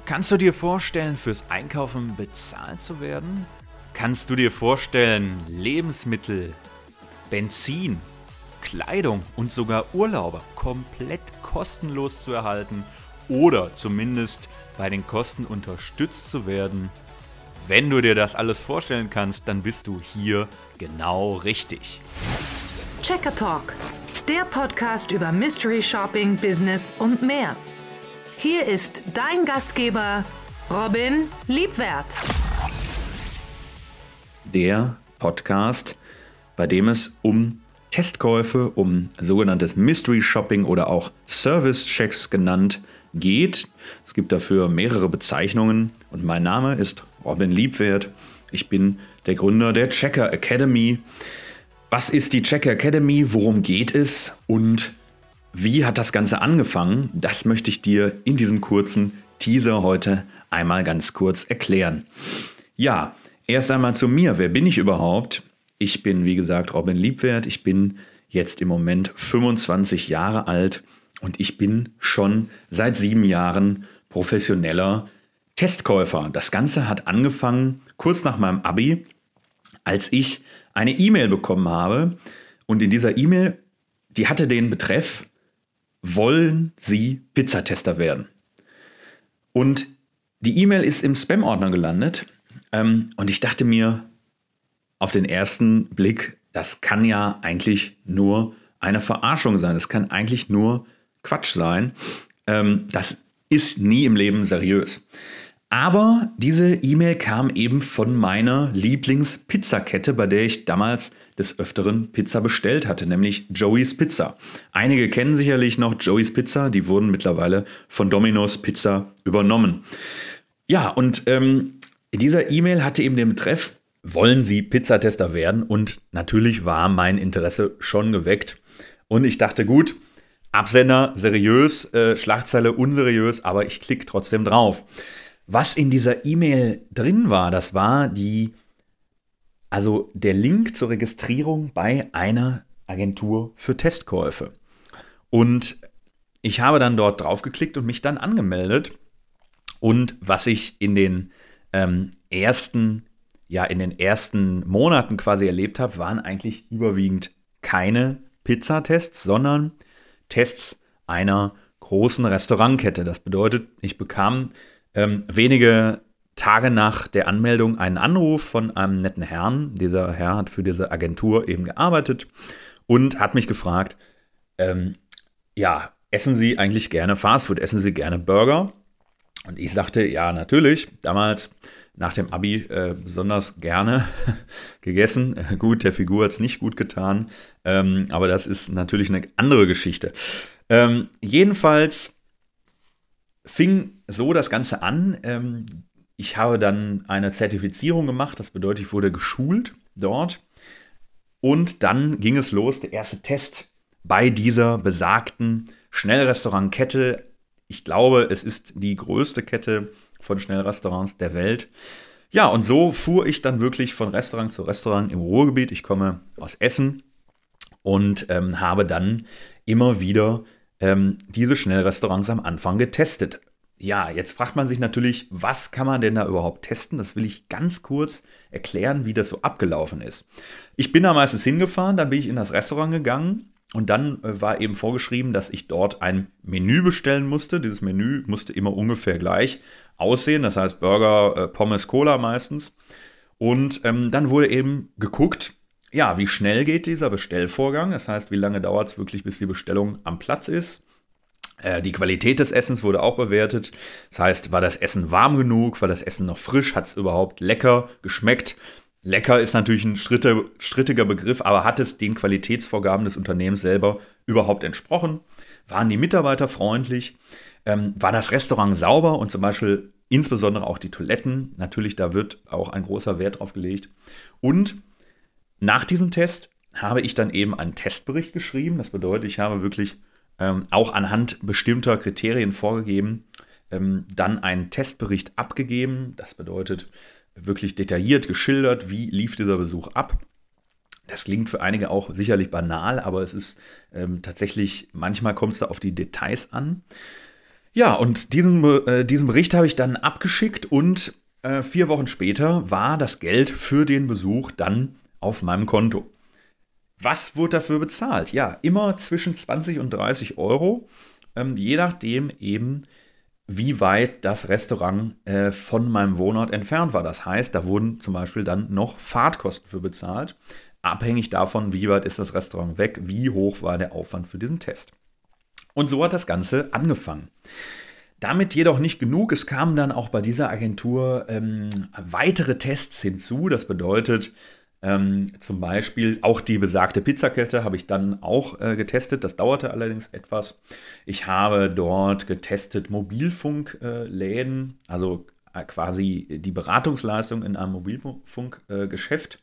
Kannst du dir vorstellen, fürs Einkaufen bezahlt zu werden? Kannst du dir vorstellen, Lebensmittel, Benzin, Kleidung und sogar Urlauber komplett kostenlos zu erhalten oder zumindest bei den Kosten unterstützt zu werden? Wenn du dir das alles vorstellen kannst, dann bist du hier genau richtig. Checker Talk, der Podcast über Mystery Shopping, Business und mehr. Hier ist dein Gastgeber Robin Liebwert. Der Podcast, bei dem es um Testkäufe, um sogenanntes Mystery Shopping oder auch Service Checks genannt geht. Es gibt dafür mehrere Bezeichnungen und mein Name ist Robin Liebwert. Ich bin der Gründer der Checker Academy. Was ist die Checker Academy? Worum geht es? Und wie hat das Ganze angefangen? Das möchte ich dir in diesem kurzen Teaser heute einmal ganz kurz erklären. Ja, erst einmal zu mir. Wer bin ich überhaupt? Ich bin, wie gesagt, Robin Liebwert. Ich bin jetzt im Moment 25 Jahre alt und ich bin schon seit 7 Jahren professioneller Testkäufer. Das Ganze hat angefangen kurz nach meinem Abi, als ich eine E-Mail bekommen habe. Und in dieser E-Mail, die hatte den Betreff: Wollen Sie Pizzatester werden? Und die E-Mail ist im Spam-Ordner gelandet. Und ich dachte mir auf den ersten Blick, das kann ja eigentlich nur eine Verarschung sein. Das kann eigentlich nur Quatsch sein. Das ist nie im Leben seriös. Aber diese E-Mail kam eben von meiner Lieblingspizzakette, bei der ich damals des Öfteren Pizza bestellt hatte, nämlich Joey's Pizza. Einige kennen sicherlich noch Joey's Pizza, die wurden mittlerweile von Domino's Pizza übernommen. Ja, und dieser E-Mail hatte eben den Betreff: Wollen Sie Pizzatester werden? Und natürlich war mein Interesse schon geweckt. Und ich dachte, gut, Absender seriös, Schlagzeile unseriös, aber ich klicke trotzdem drauf. Was in dieser E-Mail drin war, das war der Link zur Registrierung bei einer Agentur für Testkäufe. Und ich habe dann dort drauf geklickt und mich dann angemeldet. Und was ich in den ersten Monaten quasi erlebt habe, waren eigentlich überwiegend keine Pizzatests, sondern Tests einer großen Restaurantkette. Das bedeutet, ich bekam wenige Tage nach der Anmeldung einen Anruf von einem netten Herrn. Dieser Herr hat für diese Agentur eben gearbeitet und hat mich gefragt, essen Sie eigentlich gerne Fastfood? Essen Sie gerne Burger? Und ich sagte, ja, natürlich. Damals nach dem Abi besonders gerne gegessen. Gut, der Figur hat es nicht gut getan, aber das ist natürlich eine andere Geschichte. Jedenfalls fing so das Ganze an. Ich habe dann eine Zertifizierung gemacht, das bedeutet, ich wurde geschult dort. Und dann ging es los, der erste Test bei dieser besagten Schnellrestaurantkette. Ich glaube, es ist die größte Kette von Schnellrestaurants der Welt. Ja, und so fuhr ich dann wirklich von Restaurant zu Restaurant im Ruhrgebiet. Ich komme aus Essen und habe dann immer wieder diese Schnellrestaurants am Anfang getestet. Ja, jetzt fragt man sich natürlich, was kann man denn da überhaupt testen? Das will ich ganz kurz erklären, wie das so abgelaufen ist. Ich bin da meistens hingefahren, dann bin ich in das Restaurant gegangen und dann war eben vorgeschrieben, dass ich dort ein Menü bestellen musste. Dieses Menü musste immer ungefähr gleich aussehen, das heißt Burger, Pommes, Cola meistens. Und dann wurde eben geguckt, ja, wie schnell geht dieser Bestellvorgang? Das heißt, wie lange dauert es wirklich, bis die Bestellung am Platz ist? Die Qualität des Essens wurde auch bewertet. Das heißt, war das Essen warm genug? War das Essen noch frisch? Hat es überhaupt lecker geschmeckt? Lecker ist natürlich ein strittiger Begriff, aber hat es den Qualitätsvorgaben des Unternehmens selber überhaupt entsprochen? Waren die Mitarbeiter freundlich? War das Restaurant sauber und zum Beispiel insbesondere auch die Toiletten? Natürlich, da wird auch ein großer Wert drauf gelegt. Und nach diesem Test habe ich dann eben einen Testbericht geschrieben. Das bedeutet, ich habe wirklich auch anhand bestimmter Kriterien vorgegeben, dann einen Testbericht abgegeben. Das bedeutet wirklich detailliert geschildert, wie lief dieser Besuch ab. Das klingt für einige auch sicherlich banal, aber es ist tatsächlich, manchmal kommt es da auf die Details an. Ja, und diesen Bericht habe ich dann abgeschickt und 4 Wochen später war das Geld für den Besuch dann auf meinem Konto. Was wurde dafür bezahlt? Ja, immer zwischen 20 und 30 Euro, je nachdem eben, wie weit das Restaurant von meinem Wohnort entfernt war. Das heißt, da wurden zum Beispiel dann noch Fahrtkosten für bezahlt, abhängig davon, wie weit ist das Restaurant weg, wie hoch war der Aufwand für diesen Test. Und so hat das Ganze angefangen. Damit jedoch nicht genug. Es kamen dann auch bei dieser Agentur weitere Tests hinzu. Das bedeutet zum Beispiel auch die besagte Pizzakette habe ich dann auch getestet. Das dauerte allerdings etwas. Ich habe dort getestet Mobilfunkläden, also quasi die Beratungsleistung in einem Mobilfunkgeschäft.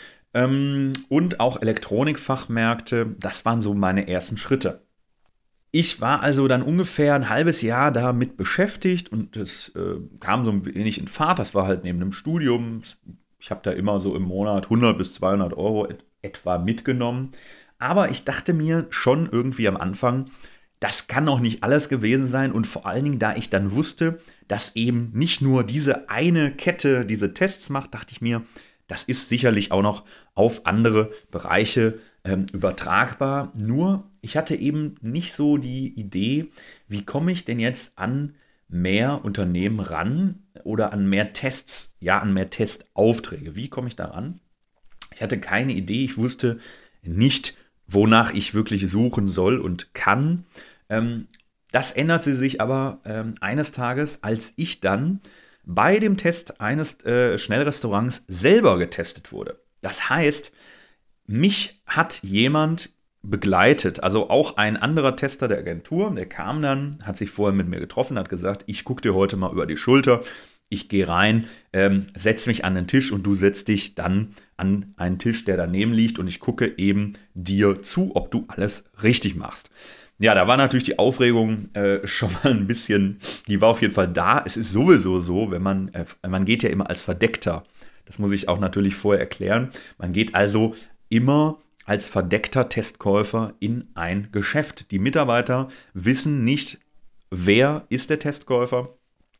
Und auch Elektronikfachmärkte. Das waren so meine ersten Schritte. Ich war also dann ungefähr ein halbes Jahr damit beschäftigt und es kam so ein wenig in Fahrt. Das war halt neben dem Studium. Ich habe da immer so im Monat 100 bis 200 Euro etwa mitgenommen. Aber ich dachte mir schon irgendwie am Anfang, das kann noch nicht alles gewesen sein. Und vor allen Dingen, da ich dann wusste, dass eben nicht nur diese eine Kette diese Tests macht, dachte ich mir, das ist sicherlich auch noch auf andere Bereiche übertragbar. Nur, ich hatte eben nicht so die Idee, wie komme ich denn jetzt an mehr Unternehmen ran oder an mehr Tests, ja, an mehr Testaufträge. Wie komme ich da ran? Ich hatte keine Idee, ich wusste nicht, wonach ich wirklich suchen soll und kann. Das änderte sich aber eines Tages, als ich dann bei dem Test eines Schnellrestaurants selber getestet wurde. Das heißt, mich hat jemand begleitet, also auch ein anderer Tester der Agentur, der kam dann, hat sich vorher mit mir getroffen, hat gesagt, ich gucke dir heute mal über die Schulter, ich gehe rein, setze mich an den Tisch und du setzt dich dann an einen Tisch, der daneben liegt und ich gucke eben dir zu, ob du alles richtig machst. Ja, da war natürlich die Aufregung schon mal ein bisschen, die war auf jeden Fall da. Es ist sowieso so, wenn man geht ja immer als Verdeckter, das muss ich auch natürlich vorher erklären, man geht also immer als verdeckter Testkäufer in ein Geschäft. Die Mitarbeiter wissen nicht, wer ist der Testkäufer.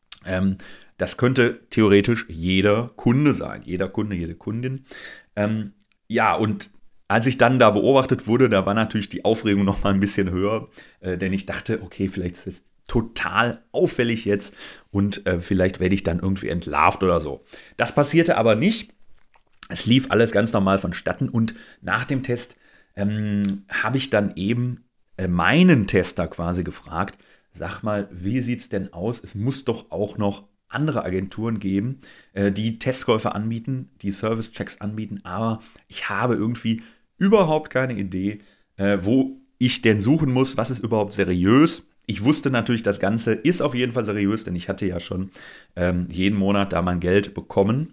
Das könnte theoretisch jeder Kunde sein, jeder Kunde, jede Kundin. Ja, und als ich dann da beobachtet wurde, da war natürlich die Aufregung noch mal ein bisschen höher, denn ich dachte, okay, vielleicht ist es total auffällig jetzt und vielleicht werde ich dann irgendwie entlarvt oder so. Das passierte aber nicht. Es lief alles ganz normal vonstatten und nach dem Test habe ich dann eben meinen Tester quasi gefragt, sag mal, wie sieht es denn aus? Es muss doch auch noch andere Agenturen geben, die Testkäufe anbieten, die Service-Checks anbieten, aber ich habe irgendwie überhaupt keine Idee, wo ich denn suchen muss, was ist überhaupt seriös. Ich wusste natürlich, das Ganze ist auf jeden Fall seriös, denn ich hatte ja schon jeden Monat da mein Geld bekommen.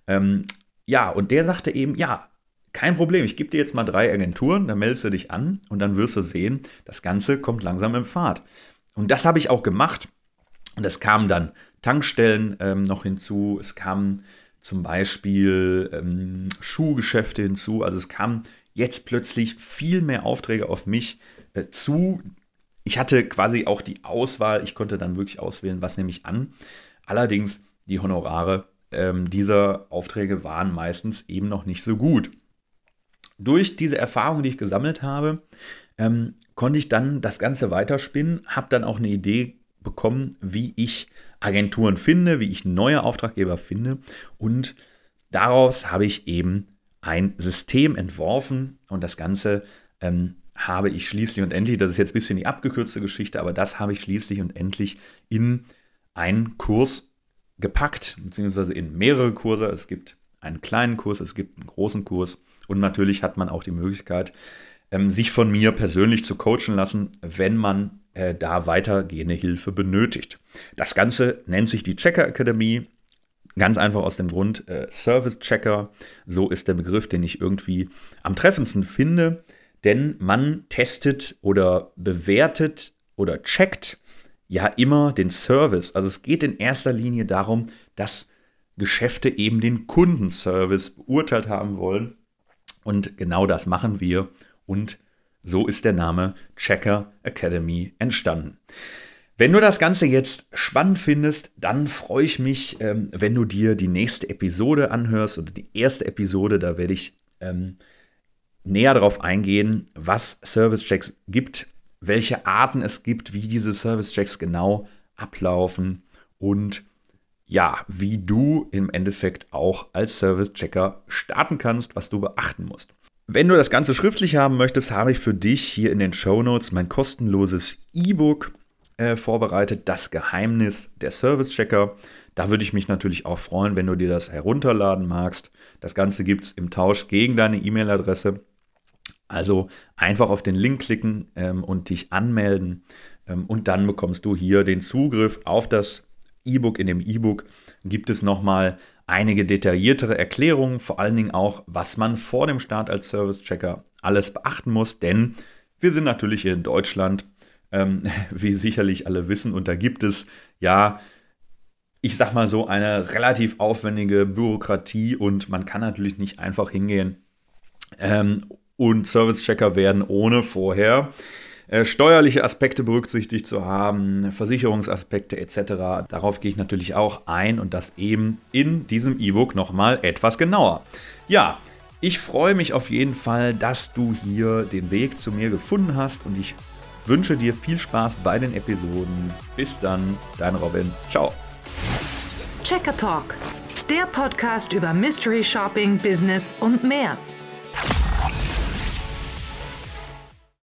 Ja, und der sagte eben, ja, kein Problem, ich gebe dir jetzt mal 3 Agenturen, dann meldest du dich an und dann wirst du sehen, das Ganze kommt langsam in Fahrt. Und das habe ich auch gemacht. Und es kamen dann Tankstellen noch hinzu, es kamen zum Beispiel Schuhgeschäfte hinzu, also es kamen jetzt plötzlich viel mehr Aufträge auf mich zu. Ich hatte quasi auch die Auswahl, ich konnte dann wirklich auswählen, was nehme ich an. Allerdings die Honorare dieser Aufträge waren meistens eben noch nicht so gut. Durch diese Erfahrung, die ich gesammelt habe, konnte ich dann das Ganze weiterspinnen, habe dann auch eine Idee bekommen, wie ich Agenturen finde, wie ich neue Auftraggeber finde und daraus habe ich eben ein System entworfen und das Ganze habe ich schließlich und endlich, das ist jetzt ein bisschen die abgekürzte Geschichte, aber das habe ich schließlich und endlich in einen Kurs gepackt, beziehungsweise in mehrere Kurse. Es gibt einen kleinen Kurs, es gibt einen großen Kurs und natürlich hat man auch die Möglichkeit, sich von mir persönlich zu coachen lassen, wenn man da weitergehende Hilfe benötigt. Das Ganze nennt sich die Checker Academy, ganz einfach aus dem Grund Service Checker, so ist der Begriff, den ich irgendwie am treffendsten finde, denn man testet oder bewertet oder checkt ja immer den Service. Also es geht in erster Linie darum, dass Geschäfte eben den Kundenservice beurteilt haben wollen. Und genau das machen wir. Und so ist der Name Checker Academy entstanden. Wenn du das Ganze jetzt spannend findest, dann freue ich mich, wenn du dir die nächste Episode anhörst oder die erste Episode. Da werde ich näher darauf eingehen, was Service-Checks gibt, welche Arten es gibt, wie diese Service-Checks genau ablaufen und ja, wie du im Endeffekt auch als Service-Checker starten kannst, was du beachten musst. Wenn du das Ganze schriftlich haben möchtest, habe ich für dich hier in den Shownotes mein kostenloses E-Book vorbereitet, das Geheimnis der Service-Checker. Da würde ich mich natürlich auch freuen, wenn du dir das herunterladen magst. Das Ganze gibt es im Tausch gegen deine E-Mail-Adresse. Also einfach auf den Link klicken und dich anmelden und dann bekommst du hier den Zugriff auf das E-Book. In dem E-Book gibt es nochmal einige detailliertere Erklärungen, vor allen Dingen auch, was man vor dem Start als Service-Checker alles beachten muss, denn wir sind natürlich hier in Deutschland, wie sicherlich alle wissen, und da gibt es ja, ich sag mal so, eine relativ aufwendige Bürokratie und man kann natürlich nicht einfach hingehen und Service-Checker werden, ohne vorher steuerliche Aspekte berücksichtigt zu haben, Versicherungsaspekte etc. Darauf gehe ich natürlich auch ein und das eben in diesem E-Book nochmal etwas genauer. Ja, ich freue mich auf jeden Fall, dass du hier den Weg zu mir gefunden hast und ich wünsche dir viel Spaß bei den Episoden. Bis dann, dein Robin. Ciao. Checker Talk, der Podcast über Mystery Shopping, Business und mehr.